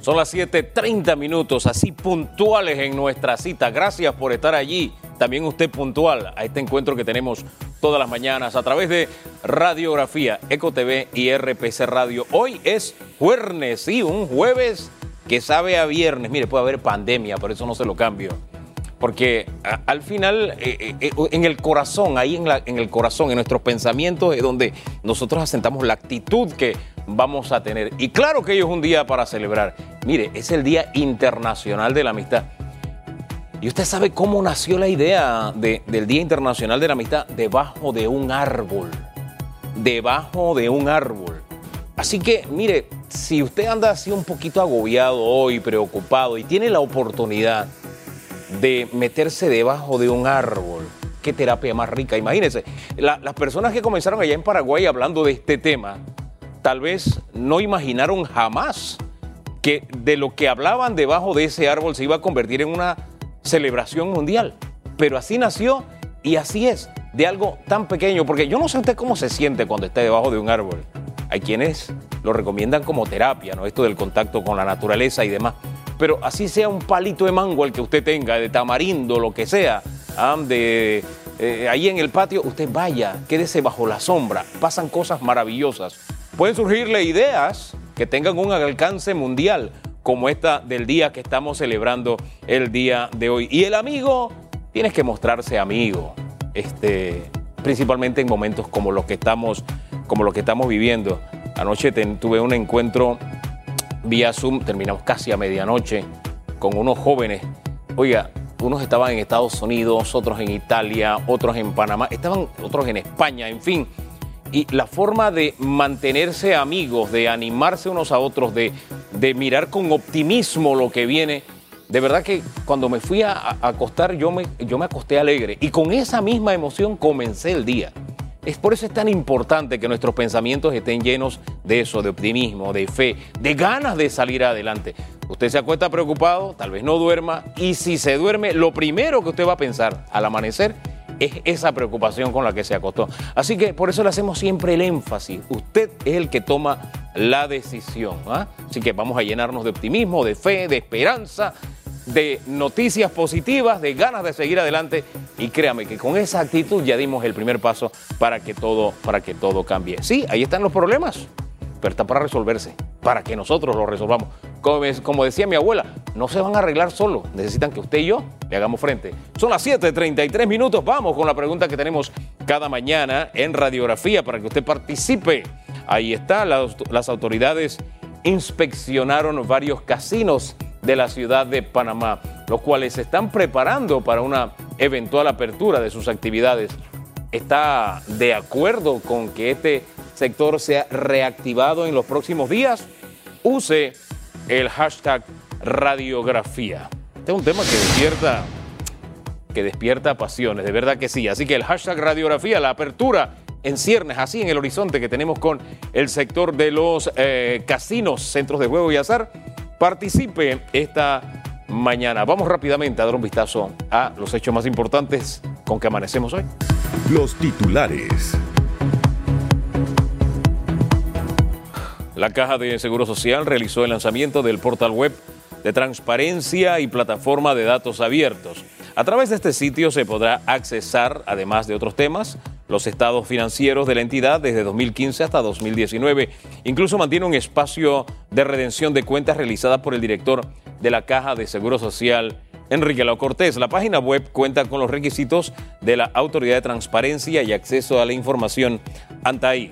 Son las 7:30, así puntuales en nuestra cita. Gracias por estar allí. También usted puntual a este encuentro que tenemos todas las mañanas a través de Radiografía, Eco TV y RPC Radio. Hoy es jueves, sí, un jueves que sabe a viernes. Mire, puede haber pandemia, por eso no se lo cambio. Porque al final, en el corazón, ahí en el corazón, en nuestros pensamientos, es donde nosotros asentamos la actitud que vamos a tener. Y claro que hoy es un día para celebrar. Mire, es el Día Internacional de la Amistad. ¿Y usted sabe cómo nació la idea del Día Internacional de la Amistad? Debajo de un árbol. Debajo de un árbol. Así que, mire, si usted anda así un poquito agobiado hoy, preocupado, y tiene la oportunidad de meterse debajo de un árbol, qué terapia más rica. Imagínense, las personas que comenzaron allá en Paraguay hablando de este tema, tal vez no imaginaron jamás que de lo que hablaban debajo de ese árbol se iba a convertir en una celebración mundial. Pero así nació y así es, de algo tan pequeño, porque yo no sé usted cómo se siente cuando está debajo de un árbol. Hay quienes lo recomiendan como terapia, ¿no? Esto del contacto con la naturaleza y demás. Pero así sea un palito de mango el que usted tenga, de tamarindo, lo que sea, ahí en el patio, usted vaya, quédese bajo la sombra, pasan cosas maravillosas. Pueden surgirle ideas que tengan un alcance mundial, como esta del día que estamos celebrando el día de hoy. Y el amigo, tienes que mostrarse amigo, principalmente en momentos como los que estamos viviendo. Anoche tuve un encuentro vía Zoom, terminamos casi a medianoche con unos jóvenes. Oiga, unos estaban en Estados Unidos, otros en Italia, otros en Panamá, estaban otros en España, en fin. Y la forma de mantenerse amigos, de animarse unos a otros, de mirar con optimismo lo que viene. De verdad que cuando me fui a acostar, yo me acosté alegre. Y con esa misma emoción comencé el día. Es por eso es tan importante que nuestros pensamientos estén llenos de eso, de optimismo, de fe, de ganas de salir adelante. Usted se acuesta preocupado, tal vez no duerma, y si se duerme, lo primero que usted va a pensar al amanecer es esa preocupación con la que se acostó. Así que por eso le hacemos siempre el énfasis. Usted es el que toma la decisión, ¿ah? Así que vamos a llenarnos de optimismo, de fe, de esperanza, de noticias positivas, de ganas de seguir adelante, y créame que con esa actitud ya dimos el primer paso para que todo cambie. Sí, ahí están los problemas, pero está para resolverse, para que nosotros los resolvamos. Como decía mi abuela, no se van a arreglar solos, necesitan que usted y yo le hagamos frente. Son las 7:33, vamos con la pregunta que tenemos cada mañana en Radiografía para que usted participe. Ahí está, las autoridades inspeccionaron varios casinos de la ciudad de Panamá, los cuales se están preparando para una eventual apertura de sus actividades. ¿Está de acuerdo con que este sector sea reactivado en los próximos días? Use el hashtag Radiografía. Este es un tema que despierta pasiones, de verdad que sí. Así que el hashtag Radiografía, la apertura en ciernes, así en el horizonte que tenemos con el sector de los casinos, centros de juego y azar. Participe esta mañana. Vamos rápidamente a dar un vistazo a los hechos más importantes con que amanecemos hoy. Los titulares. La Caja de Seguro Social realizó el lanzamiento del portal web de transparencia y plataforma de datos abiertos. A través de este sitio se podrá accesar, además de otros temas, los estados financieros de la entidad desde 2015 hasta 2019. Incluso mantiene un espacio de redención de cuentas realizada por el director de la Caja de Seguro Social, Enrique Lau Cortés. La página web cuenta con los requisitos de la Autoridad de Transparencia y Acceso a la Información, ANTAI.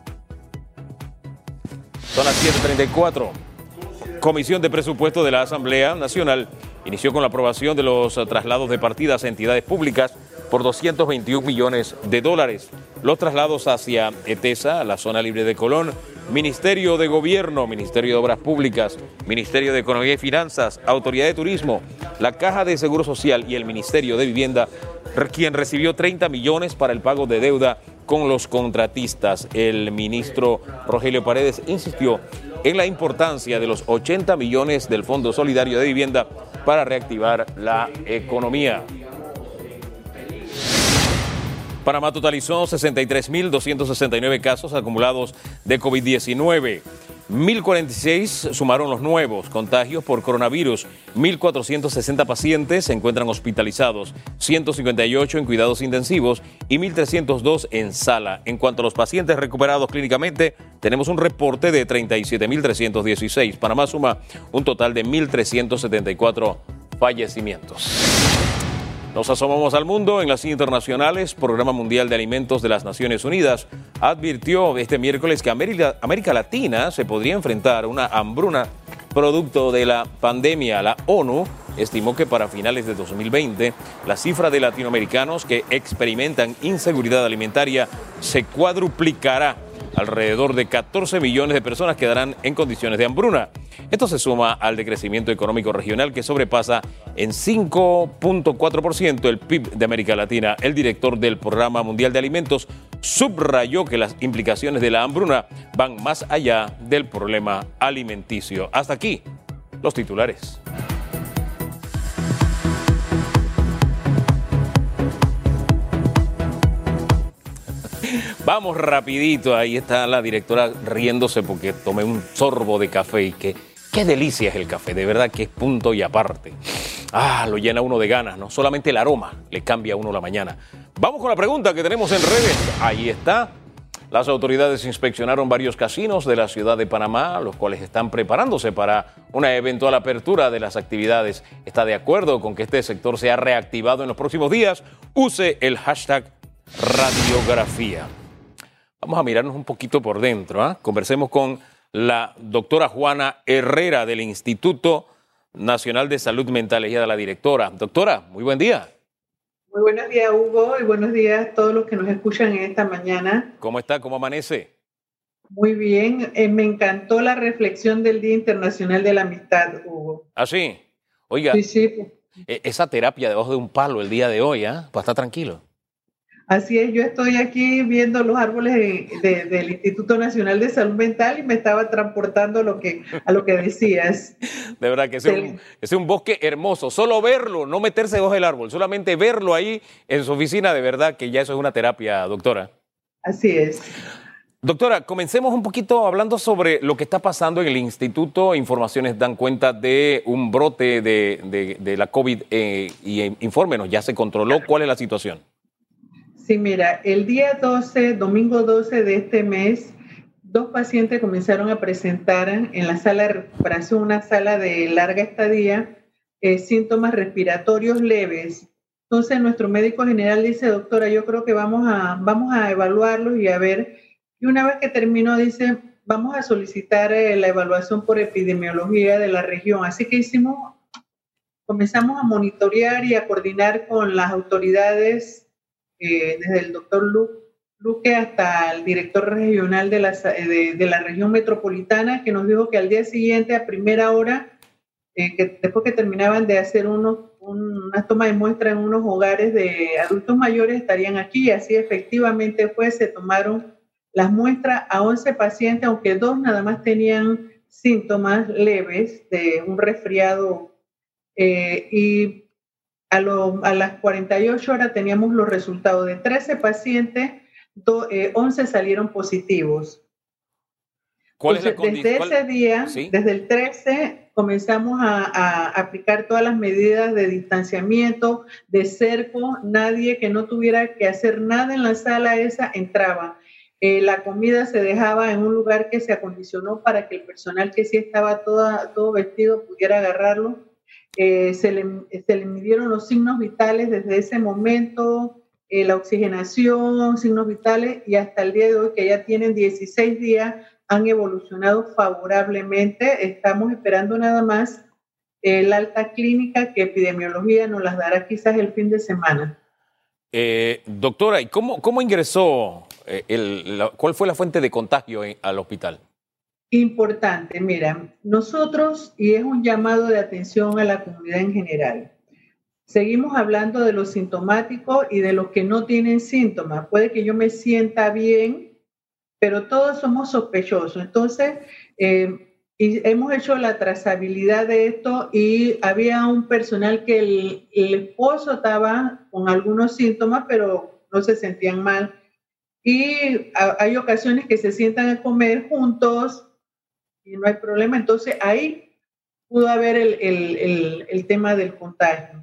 Son las 7:34. Comisión de Presupuesto de la Asamblea Nacional inició con la aprobación de los traslados de partidas a entidades públicas por $221 millones. Los traslados hacia ETESA, la zona libre de Colón, Ministerio de Gobierno, Ministerio de Obras Públicas, Ministerio de Economía y Finanzas, Autoridad de Turismo, la Caja de Seguro Social y el Ministerio de Vivienda, quien recibió 30 millones para el pago de deuda con los contratistas. El ministro Rogelio Paredes insistió en la importancia de los 80 millones del Fondo Solidario de Vivienda para reactivar la economía. Panamá totalizó 63.269 casos acumulados de COVID-19. 1.046 sumaron los nuevos contagios por coronavirus. 1.460 pacientes se encuentran hospitalizados, 158 en cuidados intensivos y 1.302 en sala. En cuanto a los pacientes recuperados clínicamente, tenemos un reporte de 37.316. Panamá suma un total de 1.374 fallecimientos. Nos asomamos al mundo. En las internacionales, Programa Mundial de Alimentos de las Naciones Unidas advirtió este miércoles que América Latina se podría enfrentar a una hambruna producto de la pandemia. La ONU estimó que para finales de 2020 la cifra de latinoamericanos que experimentan inseguridad alimentaria se cuadruplicará. Alrededor de 14 millones de personas quedarán en condiciones de hambruna. Esto se suma al decrecimiento económico regional que sobrepasa en 5.4% el PIB de América Latina. El director del Programa Mundial de Alimentos subrayó que las implicaciones de la hambruna van más allá del problema alimenticio. Hasta aquí los titulares. Vamos rapidito, ahí está la directora riéndose porque tomé un sorbo de café y qué delicia es el café, de verdad que es punto y aparte. Lo llena uno de ganas, ¿no? Solamente el aroma le cambia a uno la mañana. Vamos con la pregunta que tenemos en redes. Ahí está. Las autoridades inspeccionaron varios casinos de la ciudad de Panamá, los cuales están preparándose para una eventual apertura de las actividades. ¿Está de acuerdo con que este sector sea reactivado en los próximos días? Use el hashtag radiografía. Vamos a mirarnos un poquito por dentro. Conversemos con la doctora Juana Herrera del Instituto Nacional de Salud Mental. Ella es la directora. Doctora, muy buen día. Muy buenos días, Hugo, y buenos días a todos los que nos escuchan en esta mañana. ¿Cómo está? ¿Cómo amanece? Muy bien. Me encantó la reflexión del Día Internacional de la Amistad, Hugo. ¿Ah, sí? Oiga, sí. Esa terapia debajo de un palo el día de hoy, para estar tranquilo. Así es, yo estoy aquí viendo los árboles del Instituto Nacional de Salud Mental y me estaba transportando a lo que decías. De verdad que es un bosque hermoso. Solo verlo, no meterse debajo del árbol, solamente verlo ahí en su oficina, de verdad que ya eso es una terapia, doctora. Así es. Doctora, comencemos un poquito hablando sobre lo que está pasando en el instituto. Informaciones dan cuenta de un brote de la COVID y infórmenos, ¿ya se controló? ¿Cuál es la situación? Sí, mira, el día 12, domingo 12 de este mes, 2 pacientes comenzaron a presentar en la sala de recuperación, una sala de larga estadía, síntomas respiratorios leves. Entonces, nuestro médico general dice, doctora, yo creo que vamos a evaluarlos y a ver. Y una vez que terminó, dice, vamos a solicitar la evaluación por epidemiología de la región. Así que comenzamos a monitorear y a coordinar con las autoridades, desde el doctor Luque hasta el director regional de la región metropolitana, que nos dijo que al día siguiente, a primera hora, que después que terminaban de hacer una toma de muestra en unos hogares de adultos mayores, estarían aquí. Y así efectivamente se tomaron las muestras a 11 pacientes, aunque 2 nada más tenían síntomas leves de un resfriado, y a las 48 horas teníamos los resultados de 13 pacientes, 11 salieron positivos. ¿Cuál es la condición? Desde ese día, ¿sí? Desde el 13, comenzamos a aplicar todas las medidas de distanciamiento, de cerco. Nadie que no tuviera que hacer nada en la sala esa entraba. La comida se dejaba en un lugar que se acondicionó para que el personal que sí estaba todo vestido pudiera agarrarlo. Se le midieron los signos vitales desde ese momento, la oxigenación, signos vitales, y hasta el día de hoy, que ya tienen 16 días, han evolucionado favorablemente. Estamos esperando nada más la alta clínica, que epidemiología nos las dará quizás el fin de semana. Doctora, ¿y cómo ingresó? ¿Cuál fue la fuente de contagio al hospital? Importante, mira, nosotros, y es un llamado de atención a la comunidad en general, seguimos hablando de los sintomáticos y de los que no tienen síntomas. Puede que yo me sienta bien, pero todos somos sospechosos. Entonces, y hemos hecho la trazabilidad de esto, y había un personal que el esposo estaba con algunos síntomas, pero no se sentían mal. Y hay ocasiones que se sientan a comer juntos, y no hay problema. Entonces ahí pudo haber el tema del contagio.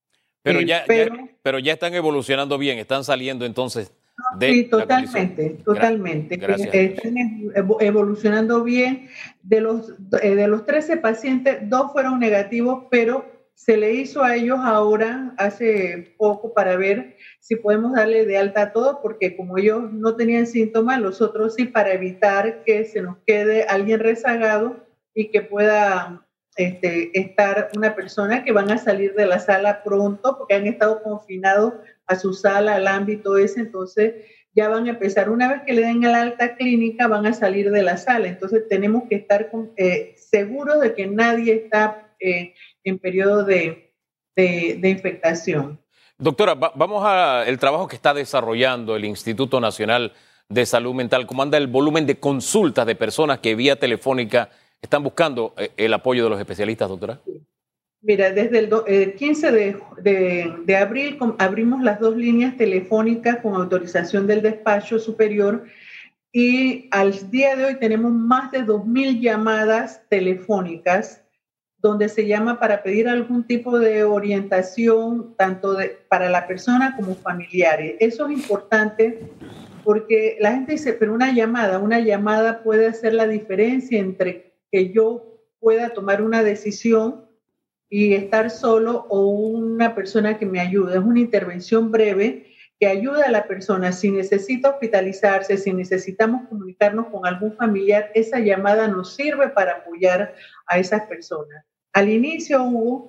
Pero ya están evolucionando bien, están saliendo entonces de Sí, la condición. totalmente. Gracias a Dios. Están evolucionando bien. De los 13 pacientes, 2 fueron negativos, pero se le hizo a ellos ahora, hace poco, para ver si podemos darle de alta a todos, porque como ellos no tenían síntomas, los otros sí, para evitar que se nos quede alguien rezagado y que pueda estar una persona que van a salir de la sala pronto, porque han estado confinados a su sala, al ámbito ese, entonces ya van a empezar, una vez que le den el alta clínica, van a salir de la sala, entonces tenemos que estar seguros de que nadie está en periodo de infectación. Doctora, vamos al trabajo que está desarrollando el Instituto Nacional de Salud Mental. ¿Cómo anda el volumen de consultas de personas que vía telefónica están buscando el apoyo de los especialistas, doctora? Mira, desde el 15 de abril abrimos las 2 líneas telefónicas con autorización del despacho superior y al día de hoy tenemos más de 2.000 llamadas telefónicas donde se llama para pedir algún tipo de orientación tanto para la persona como familiares. Eso es importante porque la gente dice, pero una llamada puede hacer la diferencia entre que yo pueda tomar una decisión y estar solo o una persona que me ayude. Es una intervención breve que ayuda a la persona. Si necesita hospitalizarse, si necesitamos comunicarnos con algún familiar, esa llamada nos sirve para apoyar a esas personas. Al inicio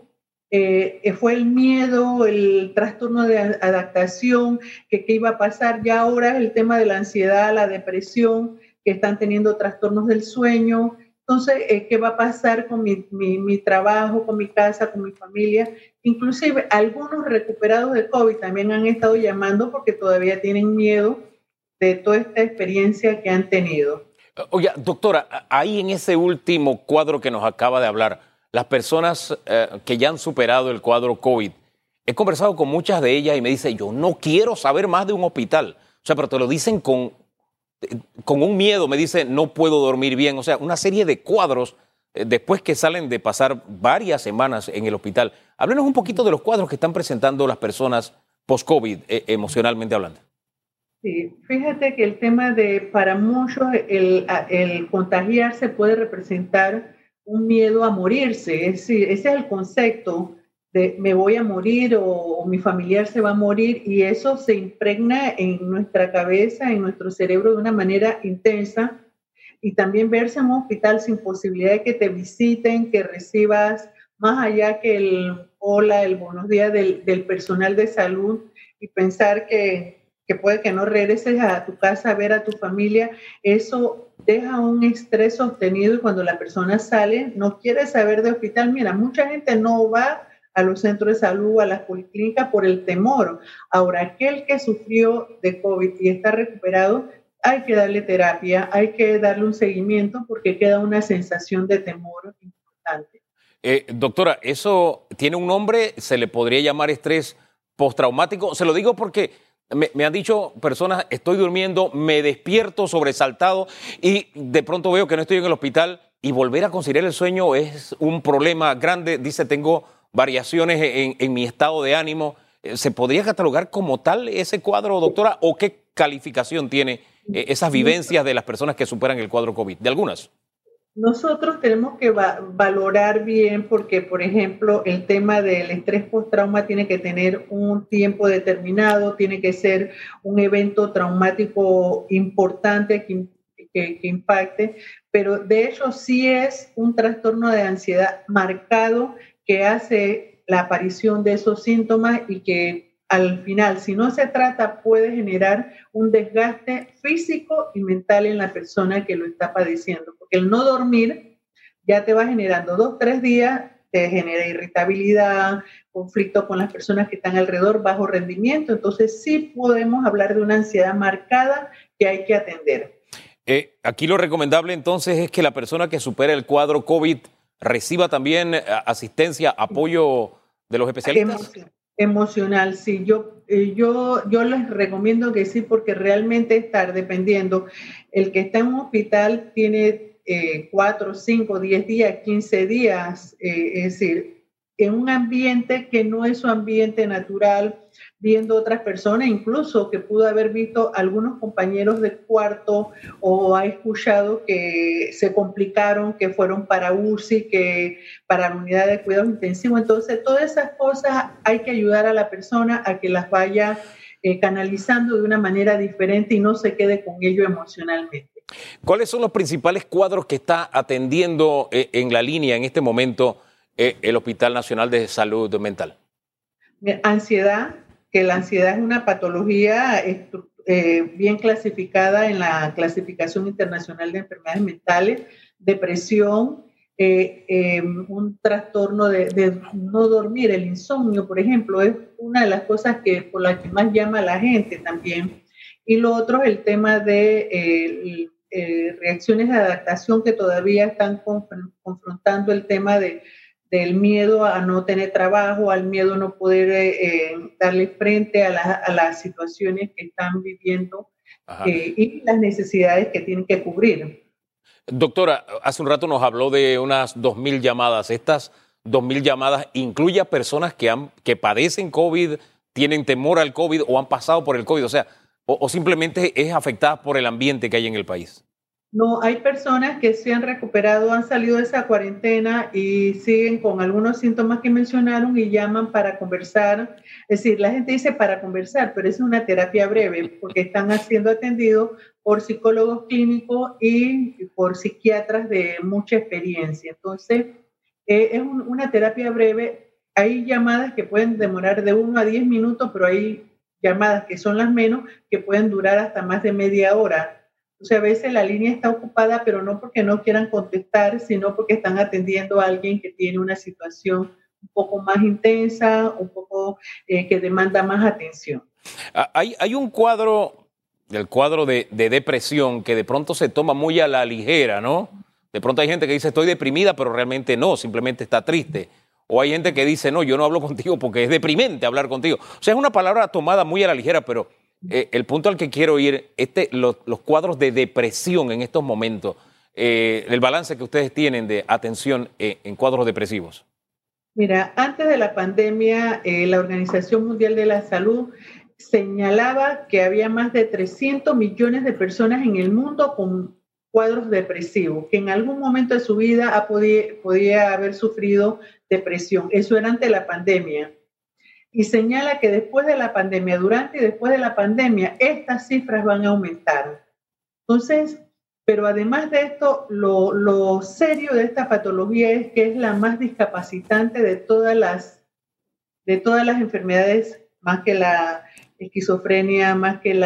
fue el miedo, el trastorno de adaptación, que qué iba a pasar. Ya ahora es el tema de la ansiedad, la depresión, que están teniendo trastornos del sueño. Entonces, ¿qué va a pasar con mi trabajo, con mi casa, con mi familia? Inclusive, algunos recuperados de COVID también han estado llamando porque todavía tienen miedo de toda esta experiencia que han tenido. Oye, doctora, ahí en ese último cuadro que nos acaba de hablar, las personas que ya han superado el cuadro COVID, he conversado con muchas de ellas y me dicen, yo no quiero saber más de un hospital. O sea, pero te lo dicen con un miedo, me dice, no puedo dormir bien. O sea, una serie de cuadros después que salen de pasar varias semanas en el hospital. Háblenos un poquito de los cuadros que están presentando las personas post-COVID, emocionalmente hablando. Sí, fíjate que el tema para muchos, el contagiarse puede representar un miedo a morirse. Es decir, ese es el concepto de me voy a morir o mi familiar se va a morir, y eso se impregna en nuestra cabeza, en nuestro cerebro de una manera intensa. Y también verse en un hospital sin posibilidad de que te visiten, que recibas más allá que el hola, el buenos días del personal de salud, y pensar que puede que no regreses a tu casa a ver a tu familia, eso deja un estrés sostenido, y cuando la persona sale no quiere saber de hospital. Mira, mucha gente no va a los centros de salud, a las policlínicas por el temor. Ahora, aquel que sufrió de COVID y está recuperado, hay que darle terapia, hay que darle un seguimiento porque queda una sensación de temor importante. Doctora, ¿eso tiene un nombre? ¿Se le podría llamar estrés postraumático? Se lo digo porque me han dicho personas, estoy durmiendo, me despierto sobresaltado y de pronto veo que no estoy en el hospital, y volver a conciliar el sueño es un problema grande. Dice, tengo variaciones en mi estado de ánimo. ¿Se podría catalogar como tal ese cuadro, doctora? ¿O qué calificación tiene esas vivencias de las personas que superan el cuadro COVID? ¿De algunas? Nosotros tenemos que valorar bien porque, por ejemplo, el tema del estrés postrauma tiene que tener un tiempo determinado, tiene que ser un evento traumático importante que impacte, pero de hecho sí es un trastorno de ansiedad marcado que hace la aparición de esos síntomas, y que al final, si no se trata, puede generar un desgaste físico y mental en la persona que lo está padeciendo, porque el no dormir ya te va generando 2, 3 días, te genera irritabilidad, conflicto con las personas que están alrededor, bajo rendimiento. Entonces sí podemos hablar de una ansiedad marcada que hay que atender. Aquí lo recomendable entonces es que la persona que supera el cuadro COVID reciba también asistencia, apoyo de los especialistas. Emocional, sí. Yo les recomiendo que sí, porque realmente estar dependiendo. El que está en un hospital tiene 4, 5, 10 días, 15 días, es decir, en un ambiente que no es su ambiente natural, viendo otras personas, incluso que pudo haber visto algunos compañeros de cuarto o ha escuchado que se complicaron, que fueron para UCI, que para la unidad de cuidados intensivos. Entonces, todas esas cosas hay que ayudar a la persona a que las vaya canalizando de una manera diferente y no se quede con ello emocionalmente. ¿Cuáles son los principales cuadros que está atendiendo en la línea en este momento el Hospital Nacional de Salud Mental? Ansiedad, que la ansiedad es una patología bien clasificada en la Clasificación Internacional de Enfermedades Mentales, depresión, un trastorno de no dormir, el insomnio, por ejemplo, es una de las cosas por las que más llama a la gente también. Y lo otro es el tema de reacciones de adaptación que todavía están confrontando el tema del miedo a no tener trabajo, al miedo a no poder darle frente a las situaciones que están viviendo y las necesidades que tienen que cubrir. Doctora, hace un rato nos habló de unas 2.000 llamadas. ¿Estas 2.000 llamadas incluye a personas que padecen COVID, tienen temor al COVID o han pasado por el COVID? O sea, o simplemente es afectada por el ambiente que hay en el país. No, hay personas que se han recuperado, han salido de esa cuarentena y siguen con algunos síntomas que mencionaron y llaman para conversar. Es decir, la gente dice para conversar, pero es una terapia breve porque están siendo atendidos por psicólogos clínicos y por psiquiatras de mucha experiencia. Entonces, es una terapia breve. Hay llamadas que pueden demorar de 1 a 10 minutos, pero hay llamadas que son las menos que pueden durar hasta más de media hora. O sea, a veces la línea está ocupada, pero no porque no quieran contestar, sino porque están atendiendo a alguien que tiene una situación un poco más intensa, un poco que demanda más atención. Hay un cuadro, el cuadro de depresión, que de pronto se toma muy a la ligera, ¿no? De pronto hay gente que dice estoy deprimida, pero realmente no, simplemente está triste. O hay gente que dice no, yo no hablo contigo porque es deprimente hablar contigo. O sea, es una palabra tomada muy a la ligera, pero el punto al que quiero ir, los cuadros de depresión en estos momentos, el balance que ustedes tienen de atención en cuadros depresivos. Mira, antes de la pandemia, la Organización Mundial de la Salud señalaba que había más de 300 millones de personas en el mundo con cuadros depresivos, que en algún momento de su vida podía haber sufrido depresión. Eso era antes de la pandemia. Y señala que después de la pandemia, durante y después de la pandemia, estas cifras van a aumentar. Entonces, pero además de esto, lo serio de esta patología es que es la más discapacitante de todas las enfermedades, más que la esquizofrenia, más que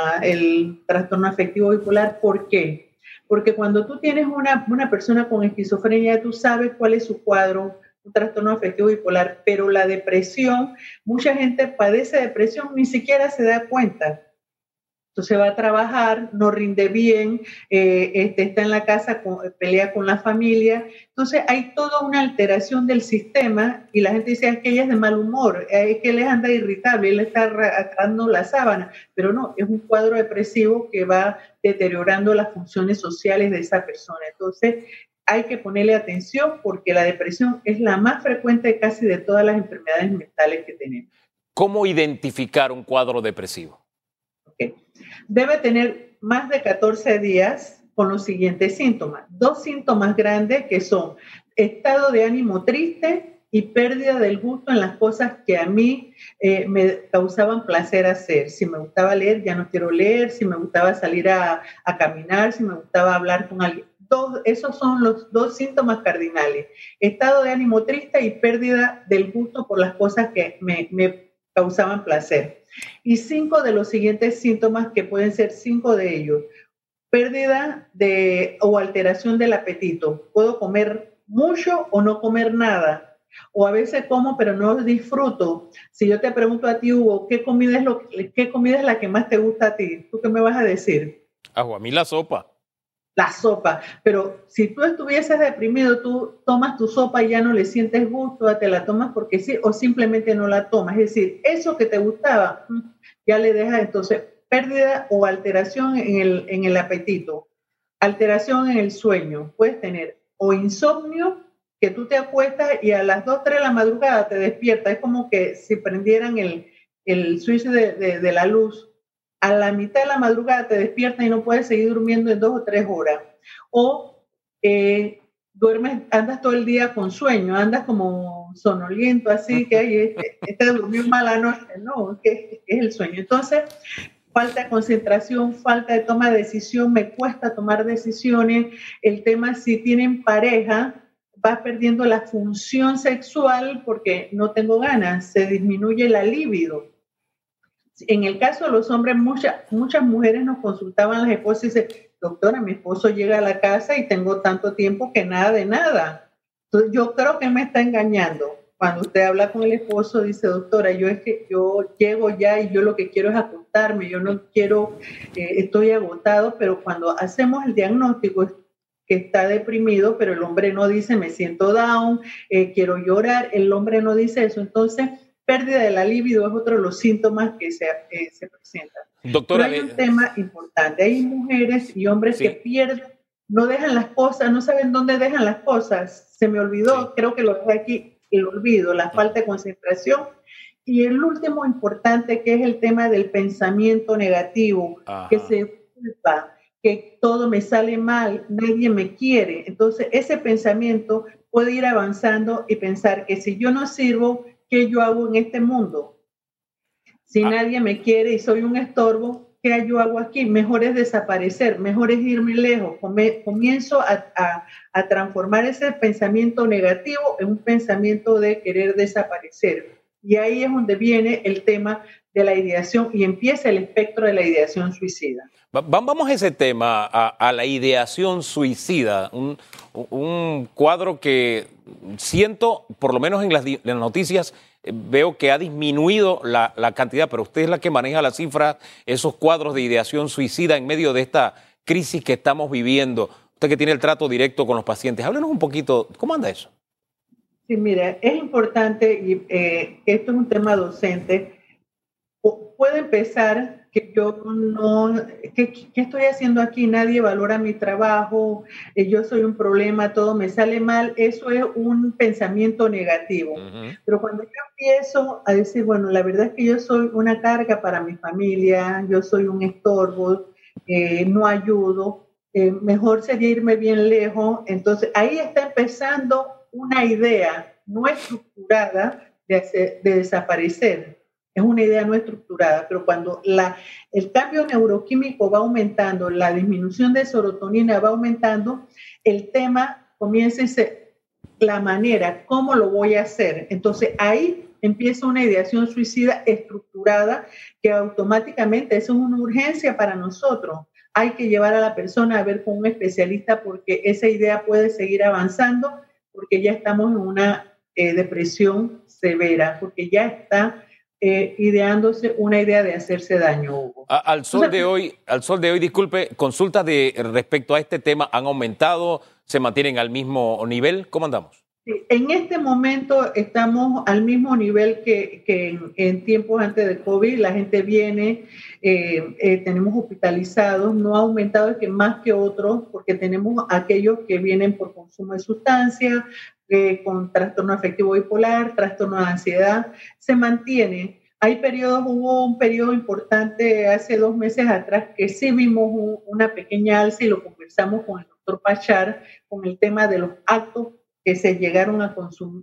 el trastorno afectivo bipolar. ¿Por qué? Porque cuando tú tienes una persona con esquizofrenia, tú sabes cuál es su cuadro, un trastorno afectivo bipolar, pero la depresión, mucha gente padece depresión, ni siquiera se da cuenta. Entonces va a trabajar, no rinde bien, está en la casa, pelea con la familia. Entonces hay toda una alteración del sistema y la gente dice es que ella es de mal humor, es que él anda irritable, él está arrastrando la sábana, pero no, es un cuadro depresivo que va deteriorando las funciones sociales de esa persona. Entonces hay que ponerle atención porque la depresión es la más frecuente casi de todas las enfermedades mentales que tenemos. ¿Cómo identificar un cuadro depresivo? Okay. Debe tener más de 14 días con los siguientes síntomas. 2 síntomas grandes que son estado de ánimo triste y pérdida del gusto en las cosas que a mí me causaban placer hacer. Si me gustaba leer, ya no quiero leer. Si me gustaba salir a caminar, si me gustaba hablar con alguien. Esos son los 2 síntomas cardinales. Estado de ánimo triste y pérdida del gusto por las cosas que me causaban placer. Y 5 de los siguientes síntomas, que pueden ser 5 de ellos. Pérdida o alteración del apetito. Puedo comer mucho o no comer nada. O a veces como, pero no disfruto. Si yo te pregunto a ti, Hugo, ¿qué comida es la que más te gusta a ti? ¿Tú qué me vas a decir? A mí la sopa. La sopa, pero si tú estuvieses deprimido, tú tomas tu sopa y ya no le sientes gusto, te la tomas porque sí, o simplemente no la tomas. Es decir, eso que te gustaba, ya le dejas. Entonces pérdida o alteración en el apetito, alteración en el sueño, puedes tener o insomnio, que tú te acuestas y a las 2, 3 de la madrugada te despiertas, es como que si prendieran el switch de la luz, a la mitad de la madrugada te despiertas y no puedes seguir durmiendo en 2 o 3 horas. O duermes, andas todo el día con sueño, andas como sonoliento, así que este durmió mala noche, no, que es el sueño. Entonces, falta de concentración, falta de toma de decisión, me cuesta tomar decisiones. El tema, si tienen pareja, vas perdiendo la función sexual porque no tengo ganas, se disminuye la libido. En el caso de los hombres, muchas mujeres nos consultaban, las esposas, y dicen, doctora, mi esposo llega a la casa y tengo tanto tiempo que nada de nada. Entonces, yo creo que me está engañando. Cuando usted habla con el esposo, dice, doctora, yo llego ya y yo lo que quiero es acostarme, yo no quiero, estoy agotado, pero cuando hacemos el diagnóstico que está deprimido, pero el hombre no dice, me siento down, quiero llorar, el hombre no dice eso. Entonces, pérdida de la libido es otro de los síntomas que se presentan. Doctora, pero hay un tema importante, hay mujeres y hombres que pierden, no dejan las cosas, no saben dónde dejan las cosas. Se me olvidó, creo que lo dejé aquí, el olvido, la falta de concentración. Y el último importante, que es el tema del pensamiento negativo, que se culpa, que todo me sale mal, nadie me quiere. Entonces, ese pensamiento puede ir avanzando y pensar que si yo no sirvo, ¿qué yo hago en este mundo? Si nadie me quiere y soy un estorbo, ¿qué yo hago aquí? Mejor es desaparecer, mejor es irme lejos. Comienzo a transformar ese pensamiento negativo en un pensamiento de querer desaparecer. Y ahí es donde viene el tema de la ideación y empieza el espectro de la ideación suicida. Vamos a ese tema, a la ideación suicida, un cuadro que siento, por lo menos en las noticias, veo que ha disminuido la cantidad, pero usted es la que maneja la cifra, esos cuadros de ideación suicida en medio de esta crisis que estamos viviendo. Usted que tiene el trato directo con los pacientes, háblenos un poquito, ¿cómo anda eso? Sí, mira, es importante, y esto es un tema docente, puede empezar que yo no, ¿qué estoy haciendo aquí? Nadie valora mi trabajo, yo soy un problema, todo me sale mal. Eso es un pensamiento negativo. Pero cuando yo empiezo a decir, bueno, la verdad es que yo soy una carga para mi familia, yo soy un estorbo, no ayudo, mejor sería irme bien lejos. Entonces, ahí está empezando una idea no estructurada de desaparecer. Es una idea no estructurada, pero cuando el cambio neuroquímico va aumentando, la disminución de serotonina va aumentando, el tema comienza a ser la manera, ¿cómo lo voy a hacer? Entonces ahí empieza una ideación suicida estructurada que automáticamente eso es una urgencia para nosotros. Hay que llevar a la persona a ver con un especialista porque esa idea puede seguir avanzando porque ya estamos en una depresión severa, porque ya está ideándose una idea de hacerse daño, Hugo. Al sol de hoy, disculpe, consultas respecto a este tema han aumentado, se mantienen al mismo nivel. ¿Cómo andamos? Sí, en este momento estamos al mismo nivel que en tiempos antes de COVID. La gente viene, tenemos hospitalizados, no ha aumentado, es que más que otros, porque tenemos aquellos que vienen por consumo de sustancias, con trastorno afectivo bipolar, trastorno de ansiedad, se mantiene. Hubo un periodo importante hace 2 meses atrás que sí vimos una pequeña alza y lo conversamos con el doctor Pachar con el tema de los actos que se llegaron a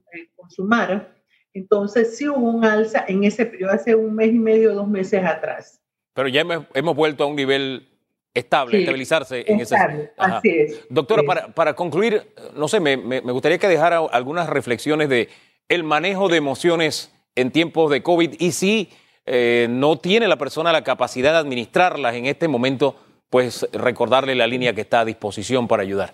consumar. Entonces sí hubo un alza en ese periodo hace 1 mes y medio, 2 meses atrás. Pero ya hemos vuelto a un nivel estable, sí, estabilizarse en ese. Así es. Doctora, para concluir, no sé, me gustaría que dejara algunas reflexiones de el manejo de emociones en tiempos de COVID y si no tiene la persona la capacidad de administrarlas en este momento, pues recordarle la línea que está a disposición para ayudar.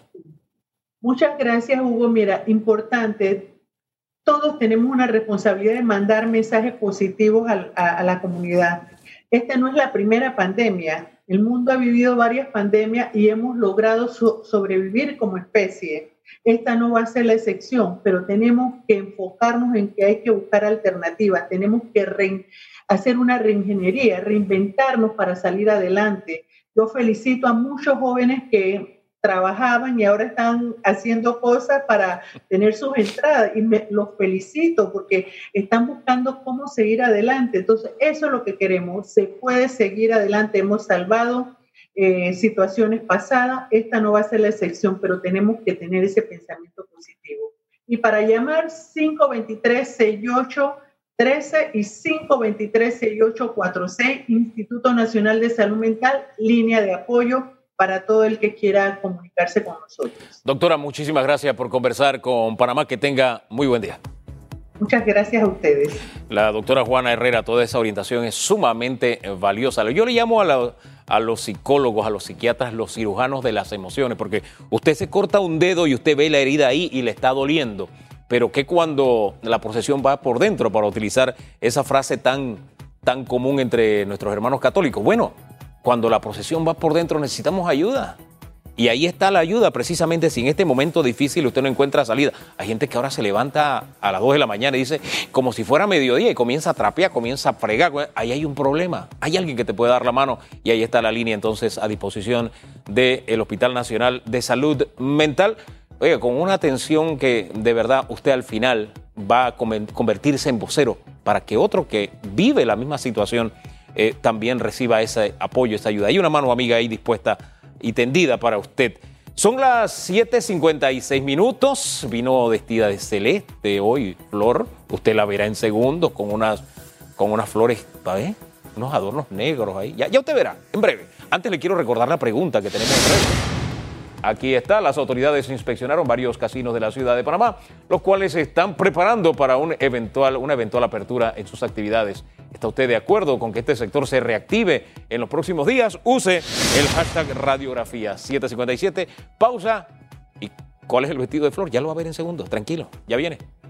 Muchas gracias, Hugo. Mira, importante, todos tenemos una responsabilidad de mandar mensajes positivos a la comunidad. Esta no es la primera pandemia. El mundo ha vivido varias pandemias y hemos logrado sobrevivir como especie. Esta no va a ser la excepción, pero tenemos que enfocarnos en que hay que buscar alternativas. Tenemos que hacer una reingeniería, reinventarnos para salir adelante. Yo felicito a muchos jóvenes que trabajaban y ahora están haciendo cosas para tener sus entradas y los felicito porque están buscando cómo seguir adelante. Entonces, eso es lo que queremos. Se puede seguir adelante. Hemos salvado situaciones pasadas. Esta no va a ser la excepción, pero tenemos que tener ese pensamiento positivo. Y para llamar 523-6813 y 523-6846, Instituto Nacional de Salud Mental, línea de apoyo para todo el que quiera comunicarse con nosotros. Doctora, muchísimas gracias por conversar con Panamá. Que tenga muy buen día. Muchas gracias a ustedes. La doctora Juana Herrera, toda esa orientación es sumamente valiosa. Yo le llamo a los psicólogos, a los psiquiatras, los cirujanos de las emociones, porque usted se corta un dedo y usted ve la herida ahí y le está doliendo. Pero que cuando la procesión va por dentro, para utilizar esa frase tan común entre nuestros hermanos católicos, bueno, cuando la procesión va por dentro necesitamos ayuda. Y ahí está la ayuda, precisamente si en este momento difícil usted no encuentra salida. Hay gente que ahora se levanta a las 2 de la mañana y dice, como si fuera mediodía, y comienza a trapear, comienza a fregar. Ahí hay un problema, hay alguien que te puede dar la mano, y ahí está la línea entonces a disposición del Hospital Nacional de Salud Mental. Oiga, con una atención que de verdad usted al final va a convertirse en vocero para que otro que vive la misma situación también reciba ese apoyo, esa ayuda. Hay una mano amiga ahí dispuesta y tendida para usted. Son las 7:56. Vino vestida de celeste hoy, Flor. Usted la verá en segundos con unas flores, ¿sabes? Unos adornos negros ahí. Ya usted verá, en breve. Antes le quiero recordar la pregunta que tenemos en redes. Aquí está, las autoridades inspeccionaron varios casinos de la ciudad de Panamá, los cuales se están preparando para una eventual apertura en sus actividades. ¿Está usted de acuerdo con que este sector se reactive en los próximos días? Use el hashtag radiografía 757. Pausa. ¿Y cuál es el vestido de Flor? Ya lo va a ver en segundos. Tranquilo, ya viene.